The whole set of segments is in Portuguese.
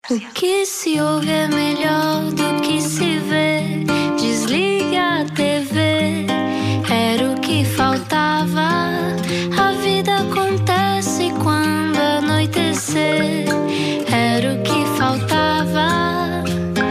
O que se ouve é melhor do que se vê. Desliga a TV, era o que faltava. A vida acontece quando anoitecer, era o que faltava.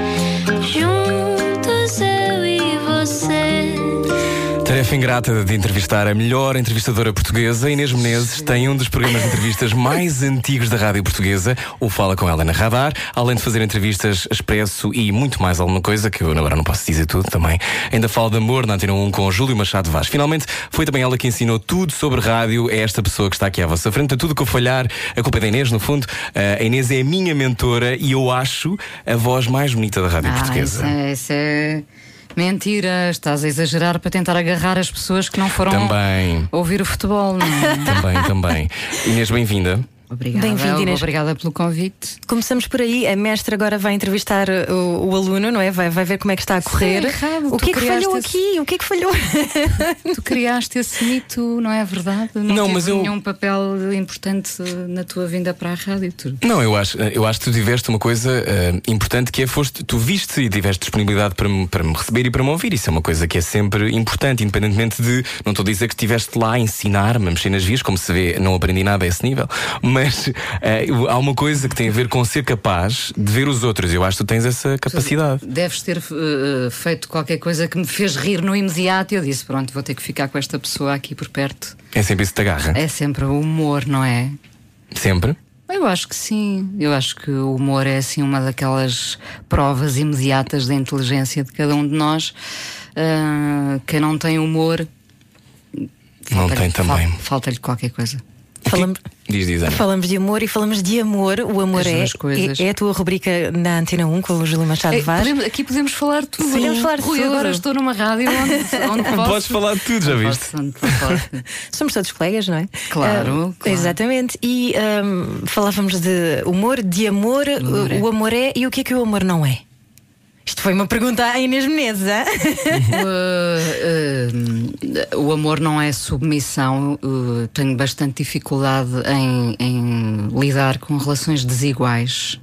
Juntos eu e você. Tarefa ingrata de entrevistar a melhor entrevistadora portuguesa. Inês Menezes tem um dos programas de entrevistas mais antigos da rádio portuguesa, o Fala Com Ela na Radar. Além de fazer entrevistas expresso e muito mais alguma coisa, que eu agora não posso dizer tudo também, ainda fala de amor na Antena 1 com Júlio Machado Vaz. Finalmente foi também ela que ensinou tudo sobre rádio. É esta pessoa que está aqui à vossa frente. A tudo que eu falhar, a culpa é da Inês, no fundo. A Inês é a minha mentora e eu acho a voz mais bonita da rádio portuguesa. Isso é mentira, estás a exagerar para tentar agarrar as pessoas que não foram ouvir o futebol, não é? Também. Inês, bem-vinda. Obrigada. Bem-vindo, Inês. Obrigada pelo convite. Começamos por aí. A mestra agora vai entrevistar o aluno, não é? Vai ver como é que está a correr. Errado. O que é que falhou aqui? O que é que falhou? Tu criaste esse mito, não é verdade? Não mas teve nenhum papel importante na tua vinda para a rádio. Não, eu acho que tu tiveste uma coisa importante, que é tu viste e tiveste disponibilidade para me receber e para me ouvir. Isso é uma coisa que é sempre importante, independentemente de, não estou a dizer que estiveste lá a ensinar-me a mexer nas vias, como se vê, não aprendi nada a esse nível, mas há uma coisa que tem a ver com ser capaz de ver os outros. Eu acho que tu tens essa capacidade. Deves ter feito qualquer coisa que me fez rir no imediato e eu disse, pronto, vou ter que ficar com esta pessoa aqui por perto. É sempre isso que te agarra? É sempre o humor, não é? Sempre? Eu acho que sim. Eu acho que o humor é assim uma daquelas provas imediatas da inteligência de cada um de nós. Quem não tem humor não tem também. Falta-lhe qualquer coisa. Diz, Ana. Falamos de amor e falamos de amor. O amor é a tua rubrica na Antena 1 com o Júlio Machado Vaz. Aqui podemos falar de tudo. Podemos falar de Rui, tudo. agora estou numa rádio onde posso. Podes falar de tudo, já viste? Somos todos colegas, não é? Claro. Exatamente. E falávamos de humor, de amor. O amor é e o que é que o amor não é? Isto foi uma pergunta à Inês Menezes, o amor não é submissão. Tenho bastante dificuldade em lidar com relações desiguais.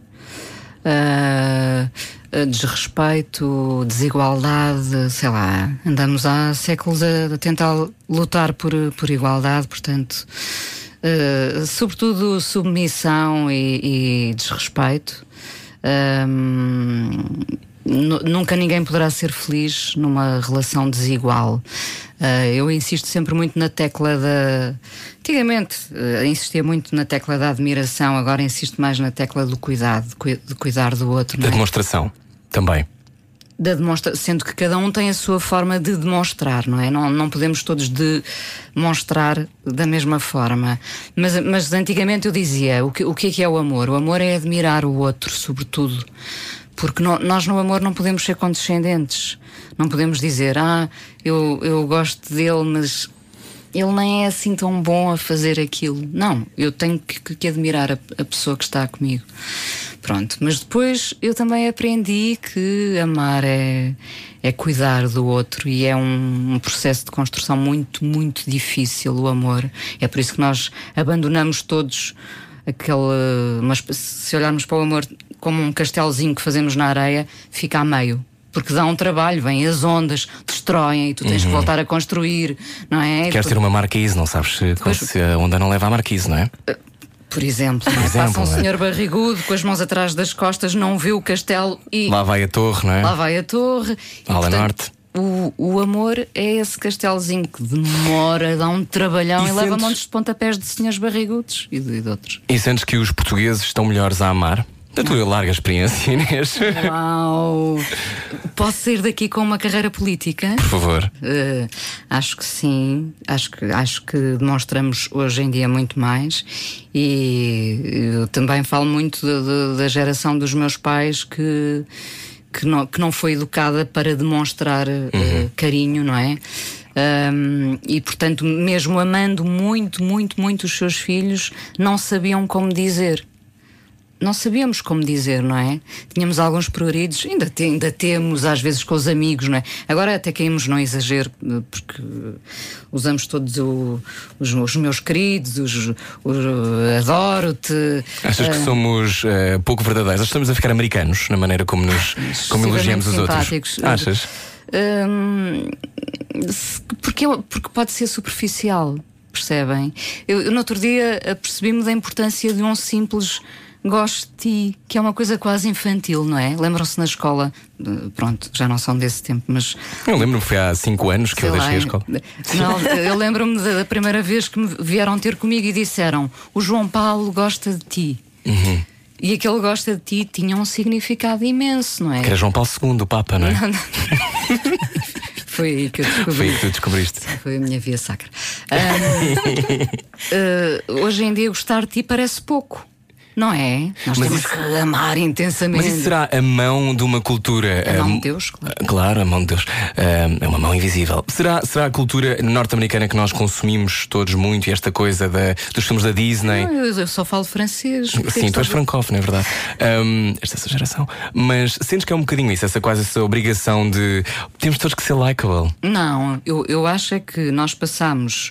Desrespeito, desigualdade, sei lá. Andamos há séculos a tentar lutar por igualdade, portanto, sobretudo submissão e desrespeito. Nunca ninguém poderá ser feliz numa relação desigual. Eu insisto sempre muito na tecla da... Antigamente insistia muito na tecla da admiração, agora insisto mais na tecla do cuidado, de cuidar do outro. Da demonstração, também. Sendo que cada um tem a sua forma de demonstrar, não é? Não podemos todos demonstrar da mesma forma. Mas antigamente eu dizia, o que é o amor? O amor é admirar o outro, sobretudo. Porque nós no amor não podemos ser condescendentes. Não podemos dizer, eu gosto dele, mas ele nem é assim tão bom a fazer aquilo. Não, eu tenho que admirar a pessoa que está comigo. Pronto, mas depois eu também aprendi que amar é cuidar do outro e é um processo de construção muito, muito difícil, o amor. É por isso que nós abandonamos todos mas se olharmos para o amor como um castelozinho que fazemos na areia, fica a meio. Porque dá um trabalho, vêm as ondas, destroem e tu tens que voltar a construir, não é? Queres ter uma marquise, não sabes se a onda não leva à marquise, não é? Por exemplo, passa um senhor barrigudo com as mãos atrás das costas, não vê o castelo e... Lá vai a torre, não é? Lá vai a torre. Ala Norte. O amor é esse castelozinho que demora, dá um trabalhão e leva montes de pontapés de senhores barrigudos e de outros. E sentes que os portugueses estão melhores a amar? Da tua larga experiência, Inês. Uau! Posso sair daqui com uma carreira política? Por favor. Acho que sim. Acho que demonstramos hoje em dia muito mais. E eu também falo muito da geração dos meus pais que não foi educada para demonstrar carinho, não é? E portanto, mesmo amando muito, muito, muito os seus filhos, não sabiam como dizer. não sabíamos como dizer, não é? Tínhamos alguns pruridos, ainda temos às vezes com os amigos, não é? Agora até caímos no exagero, porque usamos todos os meus queridos, adoro-te. Achas que somos pouco verdadeiros? Estamos a ficar americanos na maneira como elogiamos os outros. Achas? Porque pode ser superficial, percebem? Eu no outro dia apercebi-me da importância de um simples gosto de ti, que é uma coisa quase infantil, não é? Lembram-se na escola, pronto, já não são desse tempo, mas eu lembro-me, foi há 5 anos que eu deixei a escola. Não, eu lembro-me da primeira vez que me vieram ter comigo e disseram: o João Paulo gosta de ti. E aquele gosta de ti tinha um significado imenso, não é? Que era João Paulo II, o Papa, não é? Não. Foi aí que eu descobri. Foi aí que tu descobriste. Foi a minha via sacra. Hoje em dia gostar de ti parece pouco. Não é? Nós temos que amar intensamente. Mas isso será a mão de uma cultura? A mão de Deus, claro. Claro, a mão de Deus. É uma mão invisível. Será a cultura norte-americana que nós consumimos todos muito, e esta coisa dos filmes da Disney? Não, eu só falo francês. Sim, tu és francófono, é verdade. Esta geração. Mas sentes que é um bocadinho isso, essa obrigação de temos todos que ser likeable? Não, eu acho é que nós passamos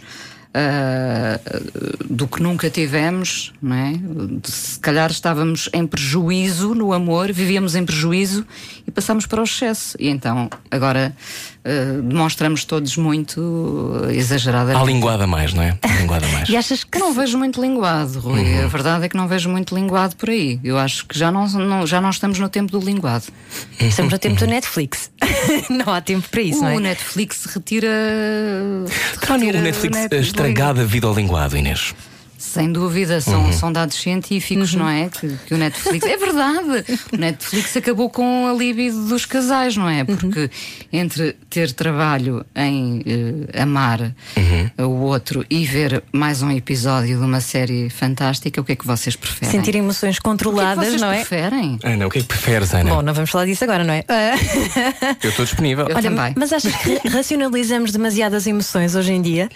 do que nunca tivemos, não é? Se calhar estávamos em prejuízo no amor, vivíamos em prejuízo e passámos para o excesso. E então agora demonstramos todos muito exageradamente. Há linguada mais, não é? Há linguada mais. E achas que não vejo muito linguado, Rui? A verdade é que não vejo muito linguado por aí. Eu acho que já não estamos no tempo do linguado. Estamos no tempo do Netflix. Não há tempo para isso, não é? O Netflix retira. Claro, o Netflix estragada a vida ao linguado, Inês. Sem dúvida, são dados científicos, não é? Que o Netflix. É verdade! O Netflix acabou com a libido dos casais, não é? Porque entre ter trabalho em amar o outro e ver mais um episódio de uma série fantástica, o que é que vocês preferem? Sentir emoções controladas, não é? O que é que vocês preferem? Ana, o que é que preferes, Ana? Bom, não vamos falar disso agora, não é? Eu estou disponível. Eu também. Mas achas que racionalizamos demasiadas emoções hoje em dia?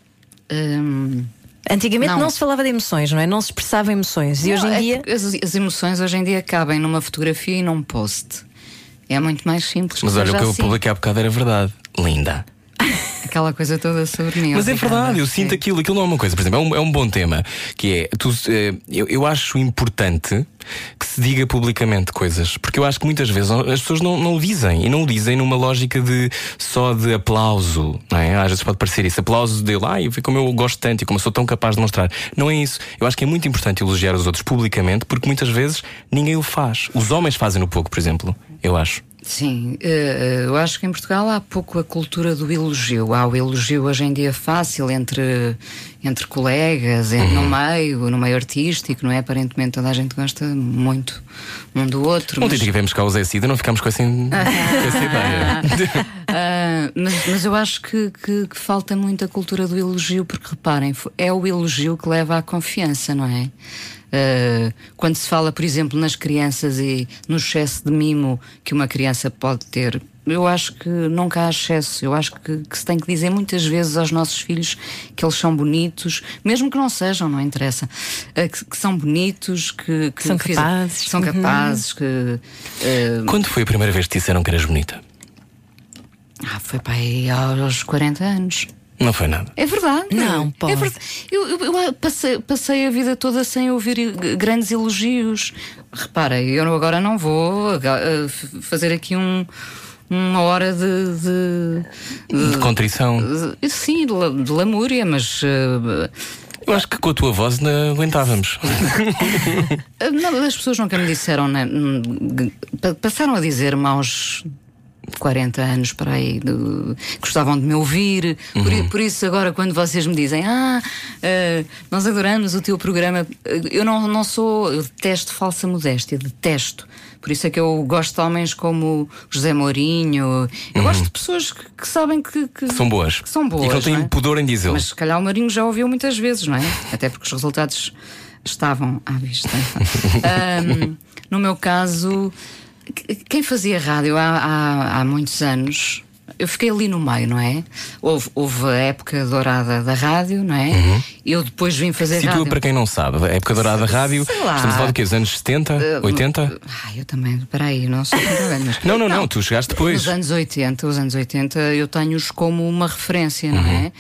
Antigamente não se falava de emoções, não é? Não se expressava emoções. E hoje em dia. As emoções hoje em dia cabem numa fotografia e num post. É muito mais simples. Mas olha, o que eu publiquei há bocado era verdade. Linda. Aquela coisa toda sobre mim. Mas é verdade, eu sinto aquilo não é uma coisa. Por exemplo, é um bom tema. Que é, eu acho importante que se diga publicamente coisas. Porque eu acho que muitas vezes as pessoas não o dizem. E não o dizem numa lógica só de aplauso, não é? Às vezes pode parecer isso, aplauso dele, como eu gosto tanto e como eu sou tão capaz de mostrar. Não é isso. Eu acho que é muito importante elogiar os outros publicamente, porque muitas vezes ninguém o faz. Os homens fazem-no pouco, por exemplo, eu acho. Sim, eu acho que em Portugal há pouco a cultura do elogio. Há o elogio hoje em dia fácil entre colegas, no meio artístico, não é? Aparentemente toda a gente gosta muito um do outro. Ontem tivemos cá o Zé Cida, não ficámos com essa ideia. Mas eu acho que falta muito a cultura do elogio, porque reparem, é o elogio que leva à confiança, não é? Quando se fala, por exemplo, nas crianças e no excesso de mimo que uma criança pode ter, eu acho que nunca há excesso. Eu acho que se tem que dizer muitas vezes aos nossos filhos que eles são bonitos, mesmo que não sejam, não interessa, que são bonitos, que são capazes. São capazes. Quando foi a primeira vez que te disseram que eras bonita? Foi para aí aos 40 anos. Não foi nada. É verdade. Não, pode. É verdade. Eu passei a vida toda sem ouvir grandes elogios. Reparem, eu agora não vou fazer aqui uma hora de contrição. Sim, de lamúria, mas eu acho que com a tua voz não aguentávamos. Não, as pessoas nunca me disseram, né? Passaram a dizer-me aos 40 anos para aí, gostavam de me ouvir. Por isso agora quando vocês me dizem nós adoramos o teu programa, eu não sou, eu detesto falsa modéstia, detesto. Por isso é que eu gosto de homens como José Mourinho. Eu gosto de pessoas que sabem que são boas. Que são boas, e que não têm pudor em dizê-lo. Mas se calhar o Mourinho já ouviu muitas vezes, não é? Até porque os resultados estavam à vista. No meu caso, quem fazia rádio há muitos anos, eu fiquei ali no meio, não é? Houve a época dourada da rádio, não é? Eu depois vim fazer Situa rádio. para quem não sabe, a época dourada da rádio, Sei lá. estamos a falar do quê? Os anos 70, 80? Eu também, peraí, não sou muito bem, mas... Não, tu chegaste depois. Os anos 80 eu tenho-os como uma referência, não é?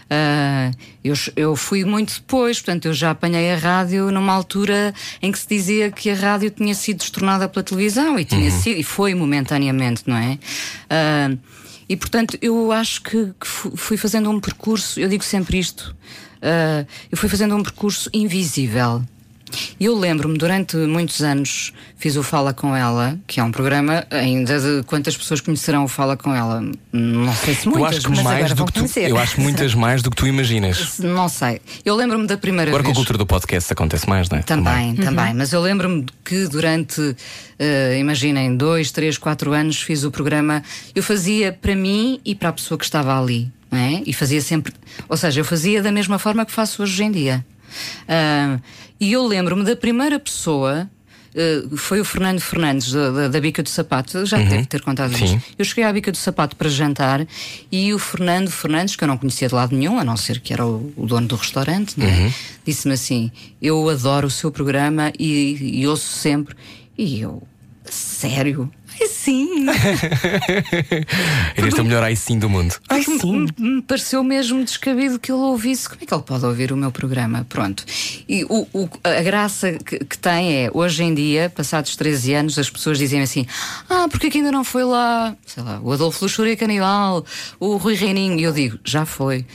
Eu fui muito depois, portanto, eu já apanhei a rádio numa altura em que se dizia que a rádio tinha sido destornada pela televisão e tinha sido, e foi momentaneamente, não é? E portanto, eu acho que fui fazendo um percurso, eu digo sempre isto, eu fui fazendo um percurso invisível. E eu lembro-me, durante muitos anos, fiz o Fala Com Ela, que é um programa, ainda de quantas pessoas conhecerão o Fala Com Ela? Não sei se muitas, Eu acho que mas mais agora do vão que tu, conhecer. eu acho muitas mais do que tu imaginas. Não sei. Eu lembro-me da primeira Agora com vez. a cultura do podcast acontece mais, não é? Também. Mas eu lembro-me que durante, imaginem, 2, 3, 4 anos fiz o programa. Eu fazia para mim e para a pessoa que estava ali, não é? E fazia sempre. Ou seja, eu fazia da mesma forma que faço hoje em dia. E eu lembro-me da primeira pessoa. Foi o Fernando Fernandes da Bica do Sapato. Já deve ter contado isto. Eu cheguei à Bica do Sapato para jantar e o Fernando Fernandes, que eu não conhecia de lado nenhum, a não ser que era o dono do restaurante, não é? Disse-me assim: eu adoro o seu programa e ouço sempre. E eu, sério? Ai, sim! Este é o melhor ai sim do mundo. Ai, sim! Me pareceu mesmo descabido que ele ouvisse. Como é que ele pode ouvir o meu programa? Pronto. E a graça que tem é, hoje em dia, passados 13 anos, as pessoas dizem assim: porque é que ainda não foi lá, sei lá, o Adolfo Luxúria Canibal, o Rui Reininho? E eu digo: já foi.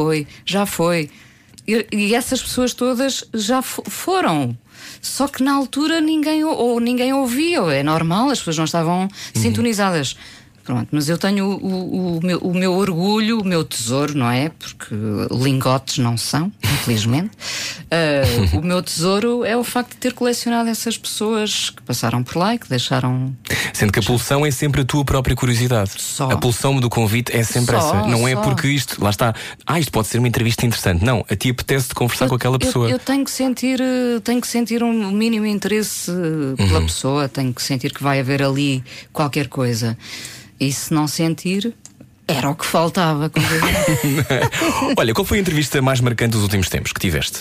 E essas pessoas todas já foram. Só que na altura ninguém ouvia, é normal, as pessoas não estavam sintonizadas. Pronto, mas eu tenho o meu orgulho, o meu tesouro, não é? Porque lingotes não são, infelizmente. O meu tesouro é o facto de ter colecionado essas pessoas que passaram por lá e que deixaram. Sendo que a pulsão é sempre a tua própria curiosidade. Só. A pulsão do convite é sempre essa. Não é porque isto, lá está, isto pode ser uma entrevista interessante. Não, a ti apetece-te conversar com aquela pessoa. Eu tenho que sentir um mínimo interesse pela pessoa, tenho que sentir que vai haver ali qualquer coisa. E se não sentir, era o que faltava. Olha, qual foi a entrevista mais marcante dos últimos tempos que tiveste?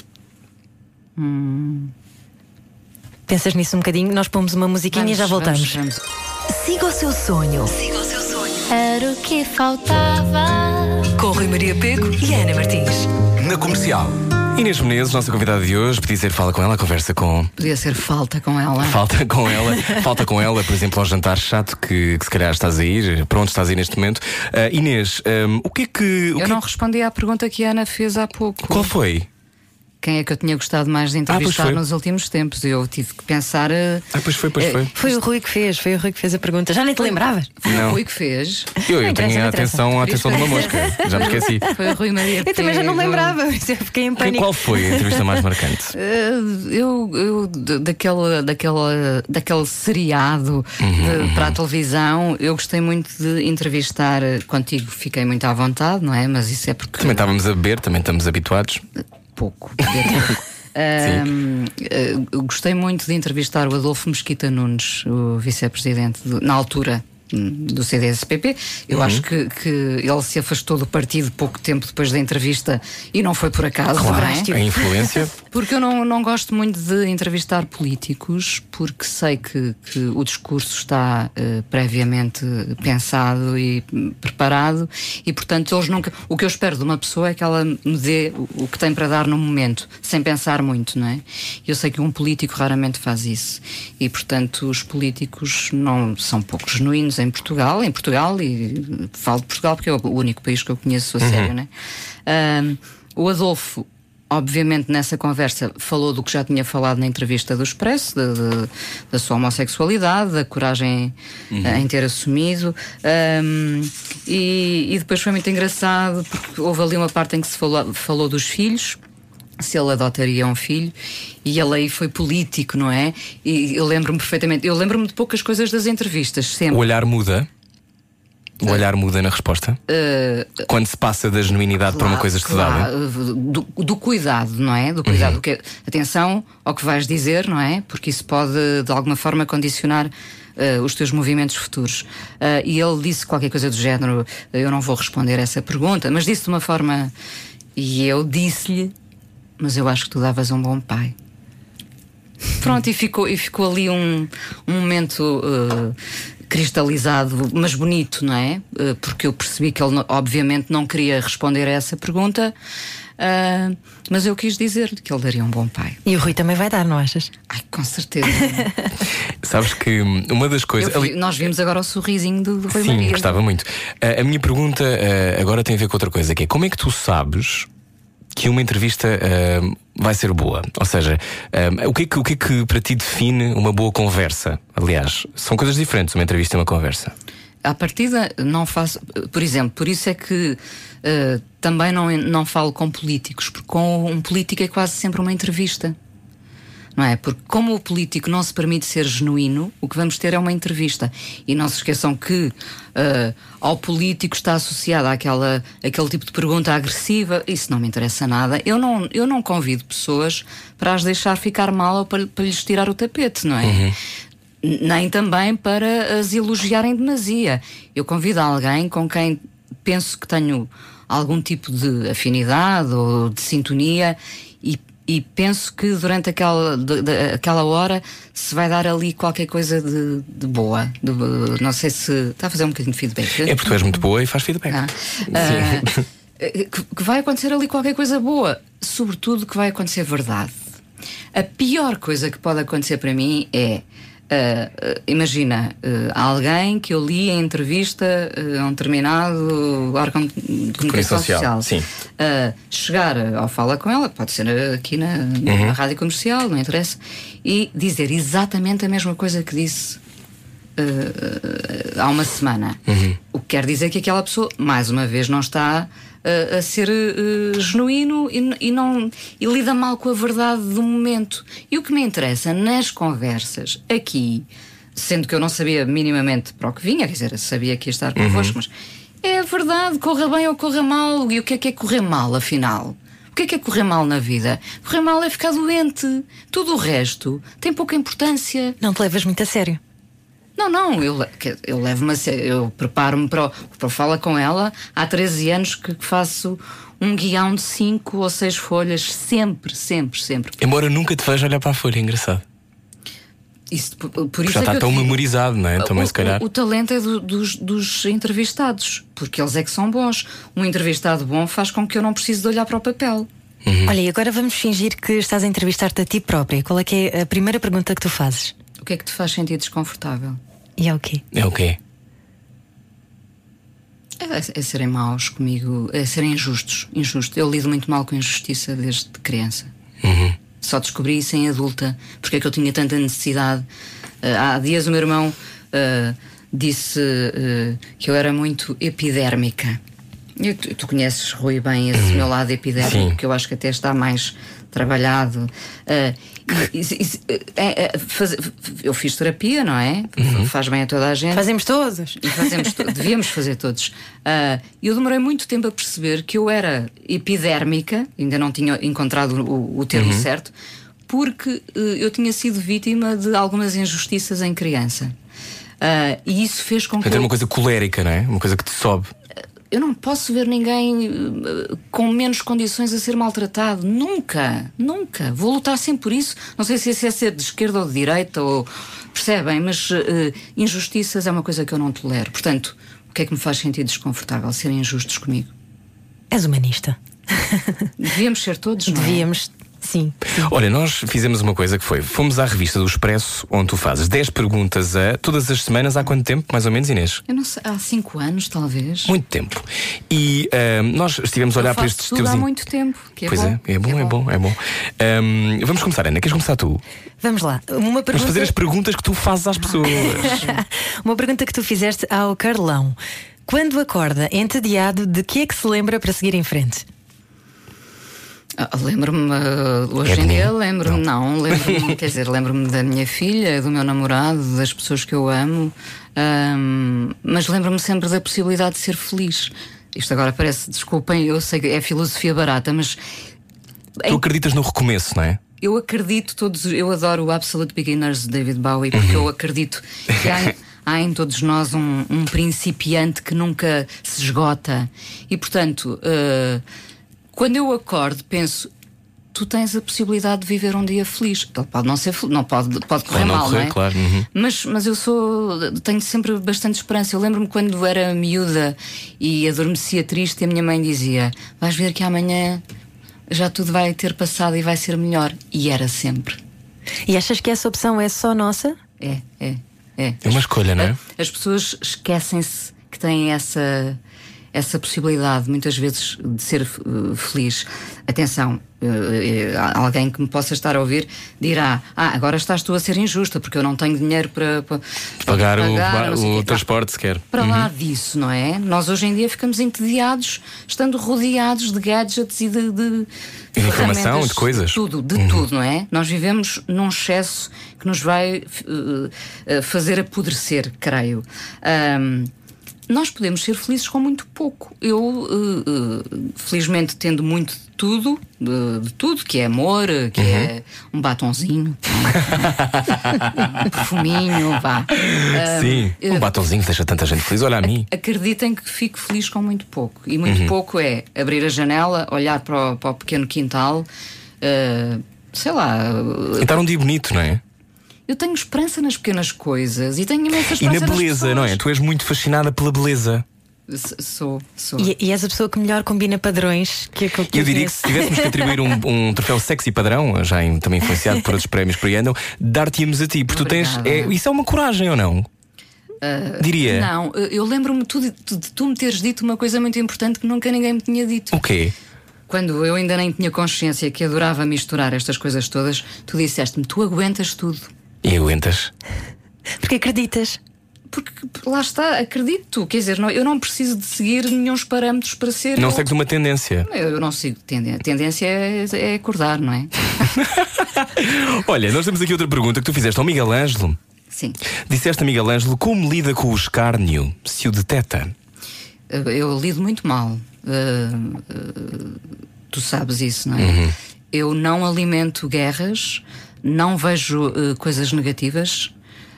Pensas nisso um bocadinho, nós pomos uma musiquinha e já voltamos. Vamos. Siga o seu sonho. Era o que faltava. Com Rui Maria Pego e Ana Martins. Na Comercial. Inês Menezes, nossa convidada de hoje, podia ser Fala Com Ela, conversa com... Podia ser Falta Com Ela. Falta com ela, por exemplo, ao jantar chato que se calhar estás a ir, pronto, estás a ir neste momento. Inês, o que é que... Eu não respondi à pergunta que a Ana fez há pouco. Qual foi? Quem é que eu tinha gostado mais de entrevistar nos últimos tempos? Eu tive que pensar. Pois foi. Foi o Rui que fez a pergunta. Já nem te lembravas? Foi o Rui que fez. Eu tenho a atenção de uma mosca. Já me esqueci. Foi o Rui Maria. Eu também já não lembrava, eu fiquei em pânico. Qual foi a entrevista mais marcante? Daquele seriado para a televisão, eu gostei muito de entrevistar contigo. Fiquei muito à vontade, não é? Mas isso é porque. Também estávamos a beber, também estamos habituados. Pouco. Gostei muito de entrevistar o Adolfo Mesquita Nunes, o vice-presidente, na altura do CDS-PP. Eu acho que ele se afastou do partido pouco tempo depois da entrevista e não foi por acaso. Claro, não é? a influência. Porque eu não gosto muito de entrevistar políticos, porque sei que o discurso está previamente pensado e preparado e, portanto, eles nunca. O que eu espero de uma pessoa é que ela me dê o que tem para dar no momento, sem pensar muito, não é? Eu sei que um político raramente faz isso e, portanto, os políticos não são pouco genuínos em Portugal, e falo de Portugal porque é o único país que eu conheço a sério, né? O Adolfo, obviamente, nessa conversa falou do que já tinha falado na entrevista do Expresso, da sua homossexualidade, da coragem em ter assumido, e depois foi muito engraçado porque houve ali uma parte em que se falou dos filhos, se ele adotaria um filho, e ele aí foi político, não é? E eu lembro-me perfeitamente, eu lembro-me de poucas coisas das entrevistas, sempre. O olhar muda? O olhar muda na resposta? Quando se passa da genuinidade para uma coisa estudada? Do cuidado, não é? Do cuidado. Atenção ao que vais dizer, não é? Porque isso pode, de alguma forma, condicionar os teus movimentos futuros. E ele disse qualquer coisa do género: eu não vou responder essa pergunta, mas disse de uma forma. E eu disse-lhe: mas eu acho que tu davas um bom pai. Pronto, e ficou ali um momento cristalizado, mas bonito, não é? Porque eu percebi que ele obviamente não queria responder a essa pergunta, mas eu quis dizer-lhe que ele daria um bom pai. E o Rui também vai dar, não achas? Ai, com certeza. Sabes que uma das coisas... Nós vimos agora o sorrisinho do Rui Sim, Maria. gostava muito. A minha pergunta agora tem a ver com outra coisa, que é: como é que tu sabes que uma entrevista vai ser boa? Ou seja, o que é que para ti define uma boa conversa? Aliás, são coisas diferentes, uma entrevista e uma conversa. À partida não faço, por exemplo, por isso é que também não falo com políticos, porque com um político é quase sempre uma entrevista. Não é? Porque como o político não se permite ser genuíno, o que vamos ter é uma entrevista. E não se esqueçam que ao político está associado aquele tipo de pergunta agressiva. Isso não me interessa nada. Eu não convido pessoas para as deixar ficar mal ou para lhes tirar o tapete, não é? Nem também para as elogiarem em demasia. Eu convido alguém com quem penso que tenho algum tipo de afinidade ou de sintonia e penso que durante aquela hora se vai dar ali qualquer coisa de boa. Não sei se... Está a fazer um bocadinho de feedback. É porque tu és muito boa e faz feedback. Que vai acontecer ali qualquer coisa boa. Sobretudo que vai acontecer verdade. A pior coisa que pode acontecer para mim é... imagina, alguém que eu li em entrevista a um determinado órgão de comunicação social. Sim. Chegar ao Fala Com Ela, pode ser aqui na rádio comercial, não interessa, e dizer exatamente a mesma coisa que disse há uma semana. O que quer dizer que aquela pessoa, mais uma vez, não está a ser genuíno e lida mal com a verdade do momento. E o que me interessa nas conversas aqui, sendo que eu não sabia minimamente para o que vinha, quer dizer, sabia que ia estar convosco, mas é a verdade, corra bem ou corra mal. E o que é correr mal, afinal? O que é correr mal na vida? Correr mal é ficar doente. Tudo o resto tem pouca importância. Não te levas muito a sério? Não, eu levo-me a sério. Eu preparo-me para o Fala Com Ela. Há 13 anos que faço um guião de 5 ou 6 folhas. Sempre. Embora nunca te veja olhar para a folha, é engraçado. Por isso já está tão memorizado, não é? Também, se calhar. O talento é dos entrevistados, porque eles é que são bons. Um entrevistado bom faz com que eu não precise de olhar para o papel. Olha, e agora vamos fingir que estás a entrevistar-te a ti própria. Qual é que é a primeira pergunta que tu fazes? O que é que te faz sentir desconfortável? E é o quê? É o quê? É serem maus comigo, é serem injustos. Eu lido muito mal com injustiça desde criança. Só descobri isso em adulta. Porque é que eu tinha tanta necessidade. Há dias o meu irmão disse que eu era muito epidérmica. Tu conheces, Rui, bem esse meu lado epidérmico. Sim. Que eu acho que até está mais trabalhado. Eu fiz terapia, não é? Faz bem a toda a gente. Fazemos todos. Devíamos fazer todos. Eu demorei muito tempo a perceber que eu era epidérmica, ainda não tinha encontrado o termo certo, porque eu tinha sido vítima de algumas injustiças em criança. E isso fez com que. É uma coisa colérica, não é? Uma coisa que te sobe. Eu não posso ver ninguém com menos condições a ser maltratado. Nunca. Vou lutar sempre por isso. Não sei se é ser de esquerda ou de direita, percebem? Mas injustiças é uma coisa que eu não tolero. Portanto, o que é que me faz sentir desconfortável? Serem injustos comigo. És humanista. Devíamos ser todos, não é? Devíamos. Sim. Olha, nós fizemos uma coisa que fomos à revista do Expresso, onde tu fazes 10 perguntas todas as semanas. Há quanto tempo, mais ou menos, Inês? Eu não sei, há 5 anos, talvez. Muito tempo. E nós estivemos a olhar para estes teus... há muito tempo, que é pois bom. É bom. Vamos começar, Ana, queres começar tu? Vamos lá. Vamos fazer as perguntas que tu fazes às pessoas. Uma pergunta que tu fizeste ao Carlão: quando acorda entediado, de que é que se lembra para seguir em frente? Lembro-me, hoje em dia lembro-me, quer dizer, lembro-me da minha filha, do meu namorado, das pessoas que eu amo, mas lembro-me sempre da possibilidade de ser feliz. Isto agora parece, desculpem, eu sei que é filosofia barata, mas tu acreditas no recomeço, não é? Eu acredito eu adoro o Absolute Beginners de David Bowie, porque eu acredito que há em todos nós um principiante que nunca se esgota. E portanto, quando eu acordo, penso: tu tens a possibilidade de viver um dia feliz. Ele pode não ser feliz, pode correr mal, não é? Claro. Mas eu tenho sempre bastante esperança. Eu lembro-me quando era miúda e adormecia triste, e a minha mãe dizia: vais ver que amanhã já tudo vai ter passado e vai ser melhor. E era sempre. E achas que essa opção é só nossa? É. É uma escolha, não é? As pessoas esquecem-se que têm essa possibilidade, muitas vezes, de ser feliz. Atenção, alguém que me possa estar a ouvir dirá: agora estás tu a ser injusta, porque eu não tenho dinheiro para pagar o transporte sequer. Para lá disso, não é? Nós hoje em dia ficamos entediados, estando rodeados de gadgets e de informação, de coisas. Tudo, tudo, não é? Nós vivemos num excesso que nos vai fazer apodrecer, creio. Nós podemos ser felizes com muito pouco. Eu, felizmente, tendo muito de tudo, que é amor, que é um batonzinho, um perfuminho, vá. Sim, um batonzinho deixa tanta gente feliz. Olha a mim. Acreditem que fico feliz com muito pouco. E muito pouco é abrir a janela, olhar para o pequeno quintal, sei lá. E estar um dia bonito, não é? Eu tenho esperança nas pequenas coisas e tenho imensa esperança e na beleza, não é? Tu és muito fascinada pela beleza. Sou. E és a pessoa que melhor combina padrões que eu diria que se tivéssemos que atribuir um troféu sexy padrão, já também influenciado por outros prémios por aí andam, dar-te-íamos a ti, porque Obrigada. tu tens. Isso é uma coragem ou não? Diria. Não, eu lembro-me de tu me teres dito uma coisa muito importante que nunca ninguém me tinha dito. O quê? Quando eu ainda nem tinha consciência que adorava misturar estas coisas todas, tu disseste-me: tu aguentas tudo. E aguentas? Porque acreditas. Porque lá está, acredito. Quer dizer, eu não preciso de seguir nenhum parâmetros para ser. Não segues uma tendência. Eu não sigo tendência. Tendência é acordar, não é? Olha, nós temos aqui outra pergunta que tu fizeste ao Miguel Ângelo. Sim. Disseste a Miguel Ângelo como lida com o escárnio, se o deteta. Eu lido muito mal. Tu sabes isso, não é? Eu não alimento guerras, não vejo coisas negativas.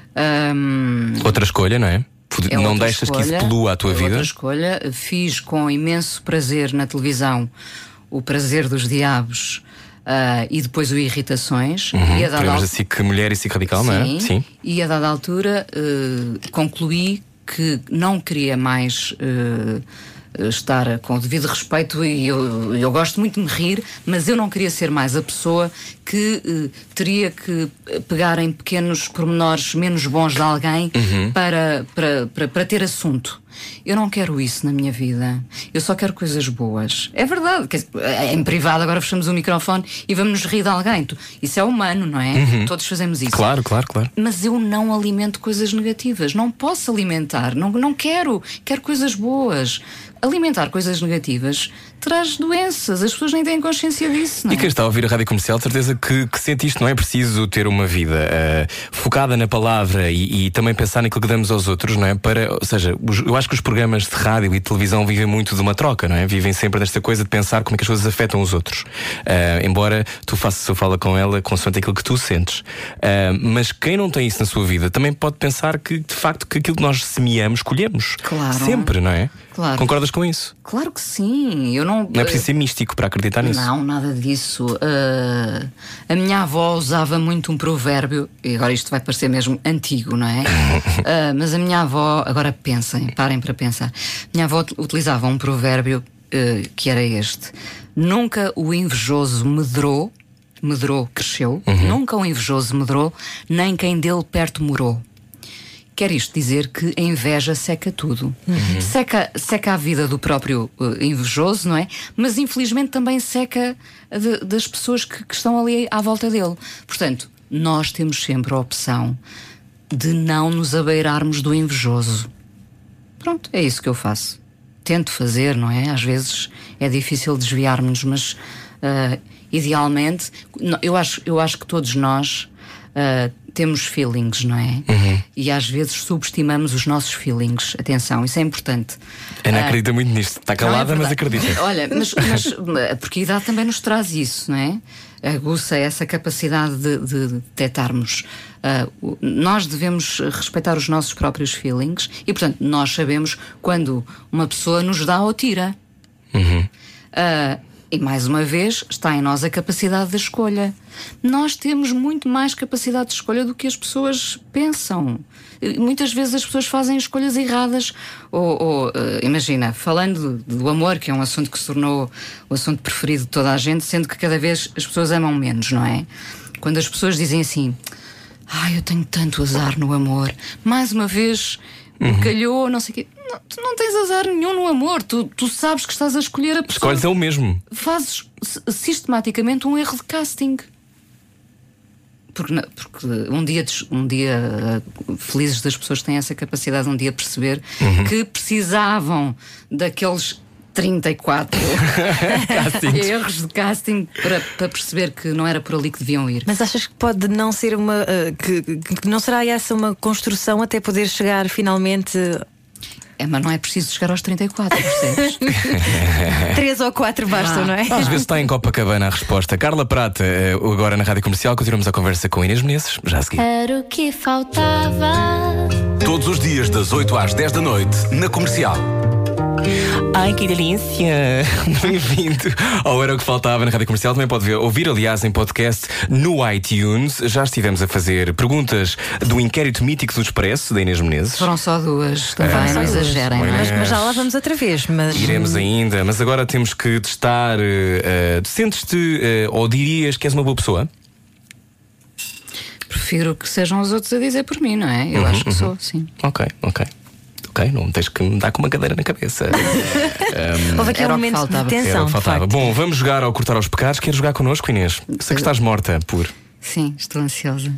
Outra escolha, não é? Não deixas escolha, que isso polua a tua vida? Outra escolha. Fiz com imenso prazer na televisão O Prazer dos Diabos e depois o Irritações. E a dada assim que Mulher e SIC Radical, sim, não é? Sim. E a dada altura concluí que não queria mais estar com o devido respeito, e eu gosto muito de me rir, mas eu não queria ser mais a pessoa que teria que pegar em pequenos pormenores menos bons de alguém para ter assunto. Eu não quero isso na minha vida. Eu só quero coisas boas. É verdade. Em privado agora fechamos o microfone e vamos nos rir de alguém. Isso é humano, não é? Todos fazemos isso. Claro. Mas eu não alimento coisas negativas. Não posso alimentar. Não quero. Quero coisas boas. Alimentar coisas negativas traz doenças. As pessoas nem têm consciência disso, não é? E quem está a ouvir a Rádio Comercial, de certeza que sente isto. Não é preciso ter uma vida focada na palavra e também pensar naquilo que damos aos outros, não é? Ou seja, eu acho que os programas de rádio e televisão vivem muito de uma troca, não é? Vivem sempre desta coisa de pensar como é que as coisas afetam os outros. Embora tu faças a sua fala com ela consoante aquilo que tu sentes. Mas quem não tem isso na sua vida também pode pensar que, de facto, que aquilo que nós semeamos, colhemos. Claro. Sempre, não é? Claro. Concordas com isso? Claro que sim. Não é preciso ser místico para acreditar nisso. Não, nada disso. A minha avó usava muito um provérbio, e agora isto vai parecer mesmo antigo, não é? Mas a minha avó, agora parem para pensar. Minha avó utilizava um provérbio que era este: nunca o invejoso medrou, cresceu, nunca o invejoso medrou, nem quem dele perto morou. Quer isto dizer que a inveja seca tudo. Seca a vida do próprio invejoso, não é? Mas infelizmente também seca das pessoas que estão ali à volta dele. Portanto, nós temos sempre a opção de não nos abeirarmos do invejoso. Pronto, é isso que eu faço. Tento fazer, não é? Às vezes é difícil desviar-nos, mas Idealmente, eu acho que todos nós temos feelings, não é? E às vezes subestimamos os nossos feelings. Atenção, isso é importante. Ana acredita muito nisto. Está calada, mas acredita. Olha, mas porque a idade também nos traz isso, não é? Aguça essa capacidade de detectarmos. Nós devemos respeitar os nossos próprios feelings e, portanto, nós sabemos quando uma pessoa nos dá ou tira. E mais uma vez, está em nós a capacidade de escolha. Nós temos muito mais capacidade de escolha do que as pessoas pensam. Muitas vezes as pessoas fazem escolhas erradas. Imagina, falando do amor, que é um assunto que se tornou o assunto preferido de toda a gente, sendo que cada vez as pessoas amam menos, não é? Quando as pessoas dizem assim: eu tenho tanto azar no amor, mais uma vez me calhou, não sei o quê. Não, tu não tens azar nenhum no amor. Tu sabes que estás a escolher a pessoa. Escolhes é o mesmo. Fazes sistematicamente um erro de casting. Porque um dia felizes das pessoas que têm essa capacidade de um dia perceber que precisavam daqueles 34 erros de casting para perceber que não era por ali que deviam ir. Mas achas que pode não ser que não será essa uma construção até poder chegar finalmente... Mas não é preciso chegar aos 34, percebes? 3 ou 4 bastam, não é? Às vezes está em Copacabana a resposta. Carla Prata, agora na Rádio Comercial, continuamos a conversa com Inês Menezes, já a seguir. Era o que faltava. Todos os dias das 8 às 10 da noite, na Comercial. Ai, que delícia! Bem-vindo ao Era o que Faltava na Rádio Comercial. Também pode ouvir, aliás, em podcast no iTunes. Já estivemos a fazer perguntas do inquérito mítico do Expresso, da Inês Menezes. Foram só 2 também, não exagerem. Mas já lá vamos outra vez. Iremos ainda, mas agora temos que testar. Sentes-te ou dirias que és uma boa pessoa? Prefiro que sejam os outros a dizer por mim, não é? Eu acho que sou, sim. Ok, não tens que me dar com uma cadeira na cabeça. Houve aquele momento de tensão. Faltava. Bom, vamos jogar ao Cortar aos Pecados. Queres jogar connosco, Inês? Sei que estás morta por... Sim, estou ansiosa.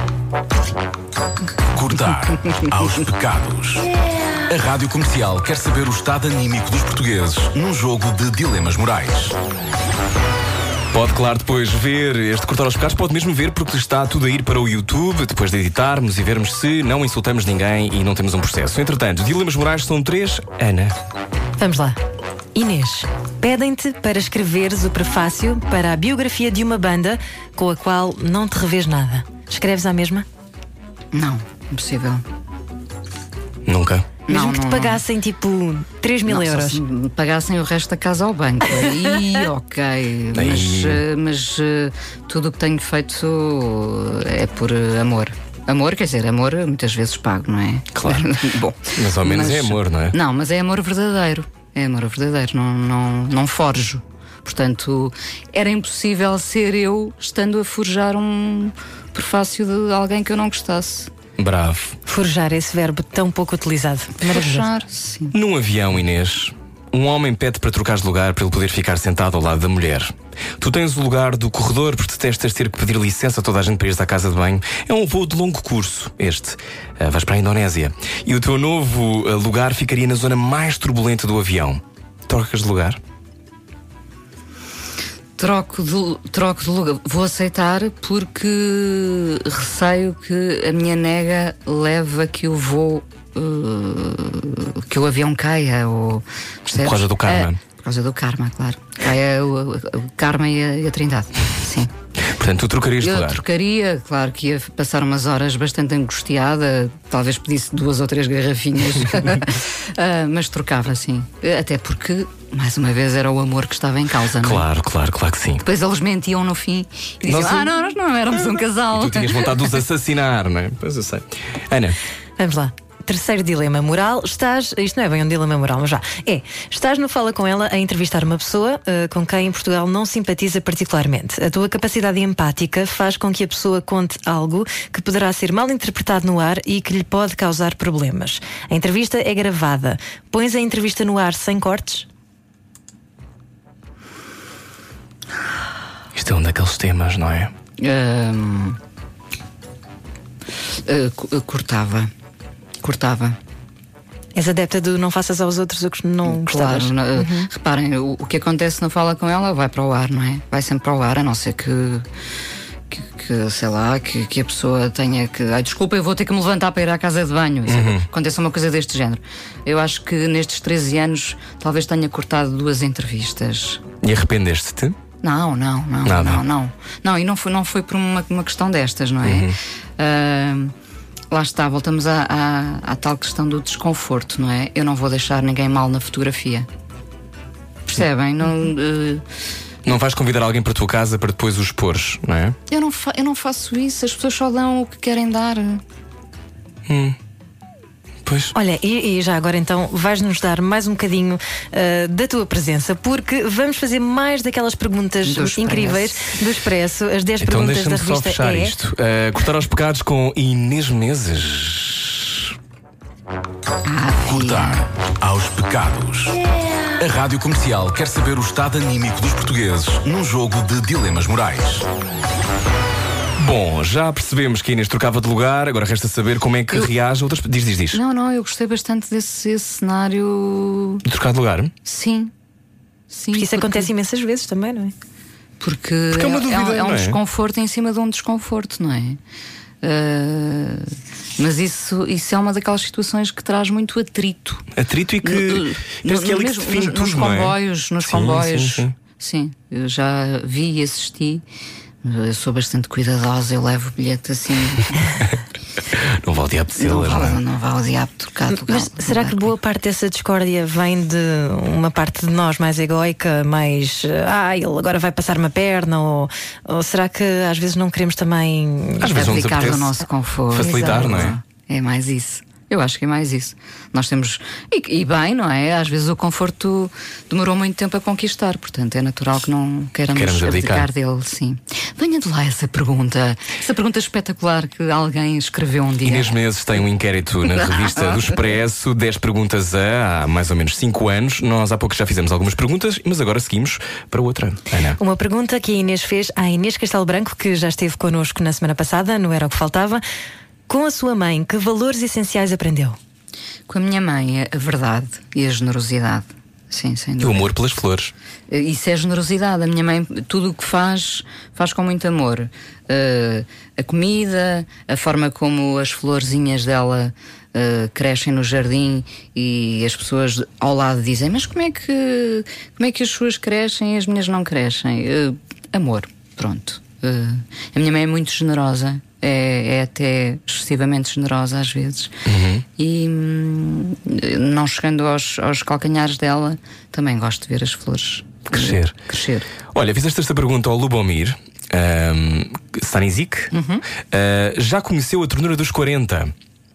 Cortar aos pecados. A Rádio Comercial quer saber o estado anímico dos portugueses num jogo de dilemas morais. Pode, claro, depois ver este Cortar aos Pecados. Pode mesmo ver, porque está tudo a ir para o YouTube, depois de editarmos e vermos se não insultamos ninguém e não temos um processo. Entretanto, dilemas morais são 3. Ana. Vamos lá. Inês, pedem-te para escreveres o prefácio para a biografia de uma banda com a qual não te revês nada. Escreves à mesma? Não, impossível. Nunca. Mesmo que te pagassem tipo 3.000 euros. Se me pagassem o resto da casa ao banco. Aí, ok. Mas tudo o que tenho feito é por amor. Amor, quer dizer, amor muitas vezes pago, não é? Claro. Bom, mas ao menos é amor, não é? Não, mas é amor verdadeiro. É amor verdadeiro, não forjo. Portanto, era impossível ser eu estando a forjar um prefácio de alguém que eu não gostasse. Bravo. Forjar, esse verbo tão pouco utilizado. Forjar, sim. Num avião, Inês, um homem pede para trocares de lugar para ele poder ficar sentado ao lado da mulher. Tu tens o lugar do corredor porque detestas ter que pedir licença a toda a gente para ires à casa de banho. É um voo de longo curso, este. Vais para a Indonésia. E o teu novo lugar ficaria na zona mais turbulenta do avião. Trocas de lugar? Troco de lugar. Vou aceitar porque receio que a minha nega leve a que o voo, que o avião caia. Por causa do karma. Por causa do karma, claro. Caia o karma e a trindade. Sim. Portanto, tu trocarias de lugar? Eu trocaria, claro que ia passar umas horas bastante angustiada, talvez pedisse 2 ou 3 garrafinhas, mas trocava, sim. Até porque, mais uma vez, era o amor que estava em causa, não é? Claro que sim. Depois eles mentiam no fim e diziam: nós não éramos um casal. E tu tinhas vontade de os assassinar, não é? Pois eu sei. Ana. Vamos lá. Terceiro dilema moral. Isto não é bem um dilema moral, mas já estás no Fala Com Ela a entrevistar uma pessoa com quem em Portugal não simpatiza particularmente. A tua capacidade empática faz com que a pessoa conte algo que poderá ser mal interpretado no ar e que lhe pode causar problemas. A entrevista é gravada. Pões a entrevista no ar sem cortes? Isto é um daqueles temas, não é? Cortava. És adepta do não faças aos outros o que não Claro, gostavas. reparem, o que acontece na Fala Com Ela vai para o ar, não é? Vai sempre para o ar, a não ser que sei lá, que a pessoa tenha que. Ai, desculpa, eu vou ter que me levantar para ir à casa de banho. Aconteça uma coisa deste género. Eu acho que nestes 13 anos talvez tenha cortado 2 entrevistas. E arrependeste-te? Não. Nada. Não, e não foi por uma questão destas, não é? Lá está, voltamos à tal questão do desconforto, não é? Eu não vou deixar ninguém mal na fotografia. Percebem? Não vais convidar alguém para a tua casa para depois os expores, não é? Eu não faço isso, as pessoas só dão o que querem dar. Pois. Olha, e já agora então vais-nos dar mais um bocadinho da tua presença, porque vamos fazer mais daquelas perguntas incríveis do Expresso, as 10 Então perguntas da deixa-me só revista fechar É. isto. Cortar aos pecados com Inês Menezes. Cortar aos pecados. A Rádio Comercial quer saber o estado anímico dos portugueses num jogo de dilemas morais. Bom, já percebemos que a Inês trocava de lugar, agora resta saber como é que reage a outras. Diz. Não, eu gostei bastante desse cenário. De trocar de lugar? Sim. Porque isso acontece imensas vezes também, não é? Porque é uma dúvida, é um não é? desconforto em cima de um desconforto, não é? Mas isso é uma daquelas situações que traz muito atrito. Atrito e que. Penso que é ali que se define nos tudo, não é? comboios, nos Sim, comboios. sim. Eu já vi e assisti. Eu sou bastante cuidadosa, eu levo o bilhete assim. Não vale o diabo de celas, não é? Não vale o diabo tocar. Mas será que boa parte dessa discórdia vem de uma parte de nós mais egoica, mais ele agora vai passar uma perna? Ou será que às vezes não queremos também Às vezes não nos abdicar do apetece nosso conforto? facilitar, Exato. não é? É mais isso. Eu acho que é mais isso. Nós temos. E bem, não é? Às vezes o conforto demorou muito tempo a conquistar, portanto é natural que não queiramos abdicar dele, sim. Venha de lá essa pergunta espetacular que alguém escreveu um dia. Inês Menezes tem um inquérito na revista do Expresso, 10 perguntas há mais ou menos 5 anos. Nós há pouco já fizemos algumas perguntas, mas agora seguimos para outra. Ana. Uma pergunta que a Inês fez à Inês Castelo Branco, que já esteve connosco na semana passada, no Era o que Faltava. Com a sua mãe, que valores essenciais aprendeu? Com a minha mãe, a verdade e a generosidade. Sim, sem E dúvida. o amor pelas flores. Isso é generosidade. A minha mãe, tudo o que faz com muito amor. A comida, a forma como as florzinhas dela crescem no jardim e as pessoas ao lado dizem: mas como é que as suas crescem e as minhas não crescem? Amor, pronto. A minha mãe é muito generosa. É até excessivamente generosa às vezes. E não chegando aos calcanhares dela, também gosto de ver as flores crescer. Olha, fizeste esta pergunta ao Lubomir Stanizik. Já conheceu a ternura dos 40?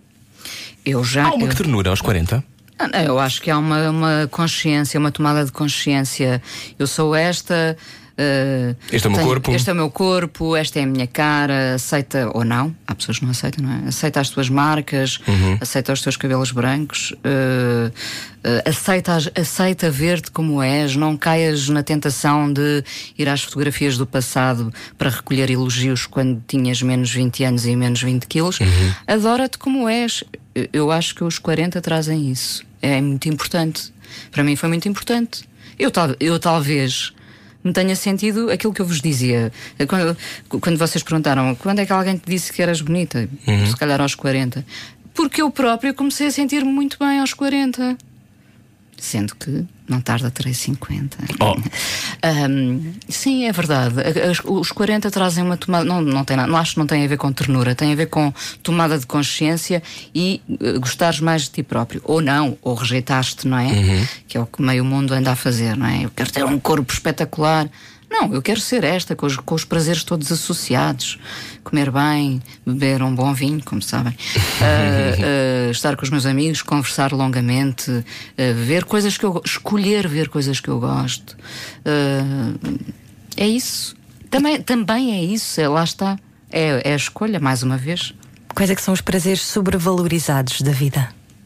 Há uma ternura aos 40? Eu acho que há uma consciência, uma tomada de consciência. Eu sou esta. Este é o meu corpo. Este é o meu corpo, esta é a minha cara. Aceita ou não? Há pessoas que não aceitam, não é? Aceita as tuas marcas, aceita os teus cabelos brancos, aceita ver-te como és. Não caias na tentação de ir às fotografias do passado para recolher elogios quando tinhas menos 20 anos e menos 20 quilos. Adora-te como és. Eu acho que os 40 trazem isso. É muito importante. Para mim foi muito importante. Eu talvez me tenha sentido aquilo que eu vos dizia quando vocês perguntaram quando é que alguém te disse que eras bonita. Se calhar aos 40. Porque eu própria comecei a sentir-me muito bem aos 40. Sendo que não tarda, terei 50. Sim, é verdade. Os 40 trazem uma tomada. Não tem nada, acho que não tem a ver com ternura, tem a ver com tomada de consciência e gostares mais de ti próprio. Ou não, ou rejeitaste, não é? Que é o que meio mundo anda a fazer, não é? Eu quero ter um corpo espetacular. Não, eu quero ser esta, com os prazeres todos associados. Comer bem, beber um bom vinho, como sabem. Estar com os meus amigos, conversar longamente, escolher ver coisas que eu gosto. É isso. Também é isso, lá está. É a escolha, mais uma vez. Quais é que são os prazeres sobrevalorizados da vida?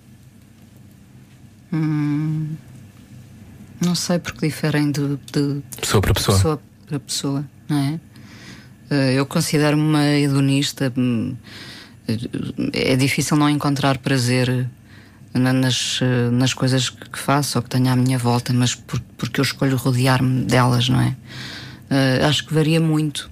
Não sei, porque diferem de pessoa para pessoa. Pessoa para pessoa, não é? Eu considero-me uma hedonista. É difícil não encontrar prazer nas coisas que faço ou que tenho à minha volta, mas porque eu escolho rodear-me delas, não é? Acho que varia muito.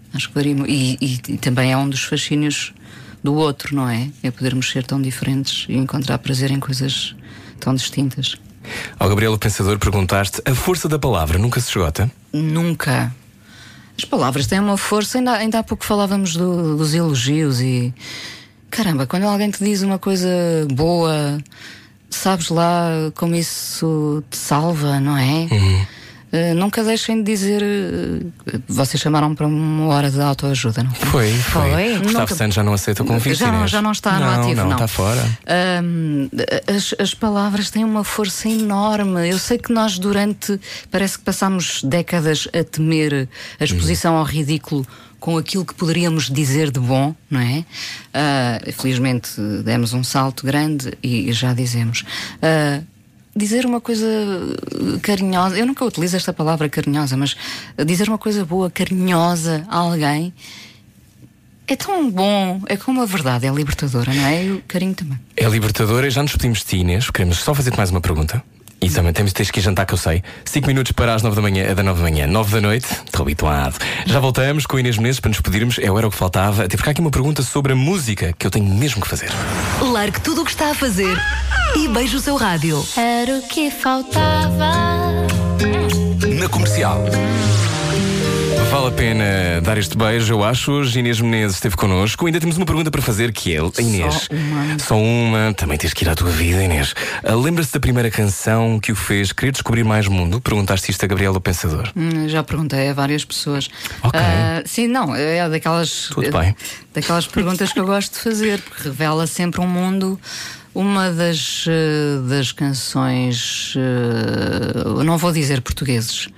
E também é um dos fascínios do outro, não é? É podermos ser tão diferentes e encontrar prazer em coisas tão distintas. Ao Gabriel o Pensador perguntaste: a força da palavra nunca se esgota? Nunca. As palavras têm uma força. Ainda há pouco falávamos dos elogios e... Caramba, quando alguém te diz uma coisa boa, sabes lá como isso te salva, não é? Nunca deixem de dizer. Vocês chamaram para uma hora de autoajuda, não foi? Gustavo Santos já não aceita o convite. Já não está no ativo, não. Está fora. As palavras têm uma força enorme. Eu sei que nós parece que passámos décadas a temer a exposição ao ridículo com aquilo que poderíamos dizer de bom, não é? Felizmente demos um salto grande e já dizemos. Dizer uma coisa carinhosa, eu nunca utilizo esta palavra carinhosa, mas dizer uma coisa boa, carinhosa a alguém é tão bom, é como a verdade, é libertadora, não é? E o carinho também. É libertadora. E já nos despedimos de ti, Inês. Queremos só fazer-te mais uma pergunta. E também tens que ir jantar, que eu sei. 5 minutos para as 9 da manhã, da 9 da manhã, 9 da noite, estou habituado. Já voltamos com a Inês Menezes para nos despedirmos. Era o que faltava. Até porque há aqui uma pergunta sobre a música que eu tenho mesmo que fazer. Largue tudo o que está a fazer e beije o seu rádio. Era o que faltava. Na Comercial. Vale a pena dar este beijo, eu acho. Hoje Inês Menezes esteve connosco. Ainda temos uma pergunta para fazer, que é a Inês. Só uma. Também tens que ir à tua vida, Inês. Lembra-se da primeira canção que o fez querer descobrir mais mundo? Perguntaste isto a Gabriel o Pensador. Já perguntei a várias pessoas. Ok. Sim, não, é daquelas. Tudo bem. Daquelas perguntas que eu gosto de fazer, porque revela sempre um mundo. Uma das canções, não vou dizer portugueses,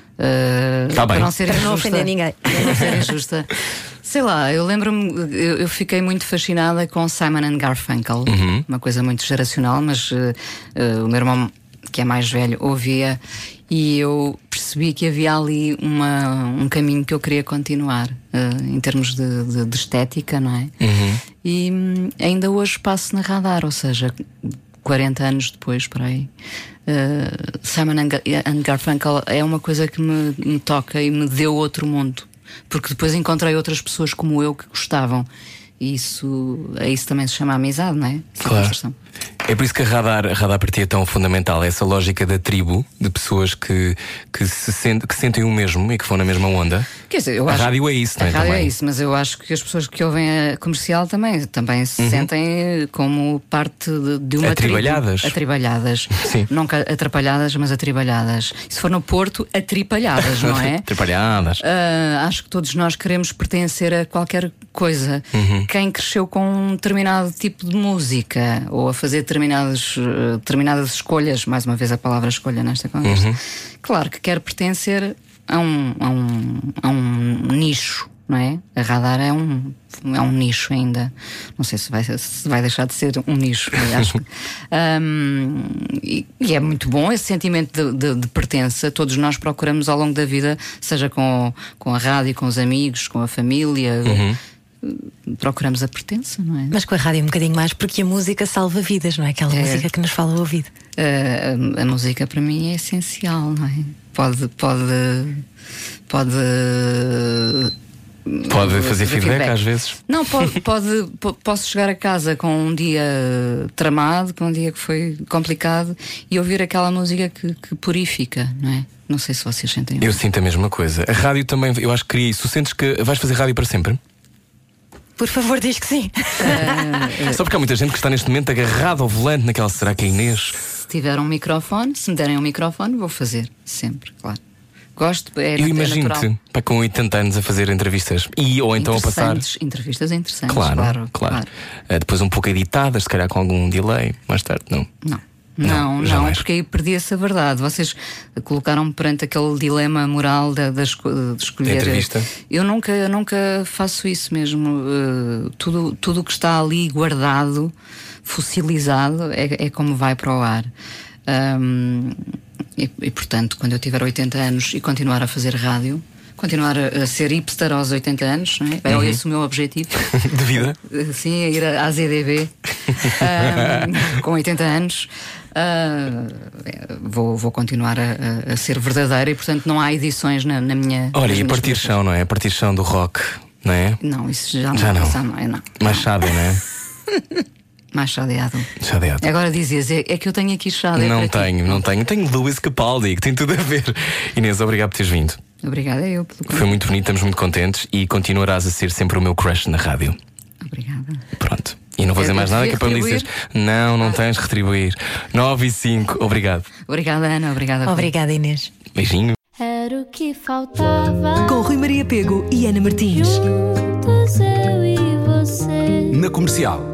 Tá bem. para não ser injusta, não ofender ninguém. para não ser injusta. Sei lá, eu lembro-me, eu fiquei muito fascinada com Simon and Garfunkel, uma coisa muito geracional, mas o meu irmão, que é mais velho, ouvia e eu percebi que havia ali um caminho que eu queria continuar, em termos de estética, não é? E ainda hoje passo na Radar, ou seja, 40 anos depois, por aí. Simon and Garfunkel é uma coisa que me toca e me deu outro mundo, porque depois encontrei outras pessoas como eu que gostavam. E isso também se chama amizade, não é? Claro. É por isso que a Radar para ti é tão fundamental. Essa lógica da tribo, de pessoas que sentem o mesmo e que vão na mesma onda. Quer dizer, eu a acho, rádio é isso, não é? A rádio também é isso, mas eu acho que as pessoas que ouvem a Comercial também se sentem como parte de uma atribalhadas. tribo. Atribalhadas. Sim. Nunca atrapalhadas, mas atribalhadas. E se for no Porto, atripalhadas, não é? Atrapalhadas. Acho que todos nós queremos pertencer a qualquer coisa. Quem cresceu com um determinado tipo de música ou a fazer determinadas escolhas, mais uma vez a palavra escolha nesta conversa, claro que quer pertencer a um nicho, não é? A Radar é um nicho ainda. Não sei se vai deixar de ser um nicho, acho que, e é muito bom esse sentimento de pertença. Todos nós procuramos ao longo da vida, seja com a rádio, com os amigos, com a família. Procuramos a pertença, não é? Mas com a rádio um bocadinho mais, porque a música salva vidas, não é? Aquela música que nos fala ao ouvido. A música para mim é essencial, não é? Pode fazer feedback às vezes. Não, posso chegar a casa com um dia tramado, com um dia que foi complicado e ouvir aquela música que purifica, não é? Não sei se vocês sentem. Eu sinto a mesma coisa. A rádio também, eu acho que cria isso. Tu sentes que vais fazer rádio para sempre? Por favor, diz que sim. Só porque há muita gente que está neste momento agarrado ao volante naquela. Será que é Inês? Se tiver um microfone, se me derem um microfone, vou fazer sempre, claro. Gosto, eu imagino-te com 80 anos a fazer entrevistas ou então a passar. Entrevistas interessantes, claro. Depois um pouco editadas, se calhar com algum delay, mais tarde, não. Não, porque aí perdia-se a verdade. Vocês colocaram-me perante aquele dilema moral de escolher. Entrevista. Eu nunca faço isso mesmo. Tudo o que está ali guardado, fossilizado, é como vai para o ar. E portanto, quando eu tiver 80 anos e continuar a fazer rádio, Continuar a ser hipster aos 80 anos, não é? É esse o meu objetivo. De vida? Sim, a ir à ZDB com 80 anos. Vou continuar a ser verdadeira e, portanto, não há edições na minha. Olha, e a partir chão, não é? A partir chão do rock, não é? Não, isso já não. Não. Mais chade, não é? Mais chadeado. Chadeado. Agora dizias, é que eu tenho aqui chade. Não tenho. Tenho Luís Capaldi, que tem tudo a ver. Inês, obrigado por teres vindo. Obrigada eu pelo convite. Foi muito bonito, estamos muito contentes e continuarás a ser sempre o meu crush na rádio. Obrigada. Pronto. E não vou dizer mais nada que é para me dizer. Não tens de retribuir. 9:05, obrigado. Obrigada, Ana. Obrigada, Inês. Beijinho. Era o que faltava. Com Rui Maria Pego e Ana Martins. Juntos eu e você. Na Comercial.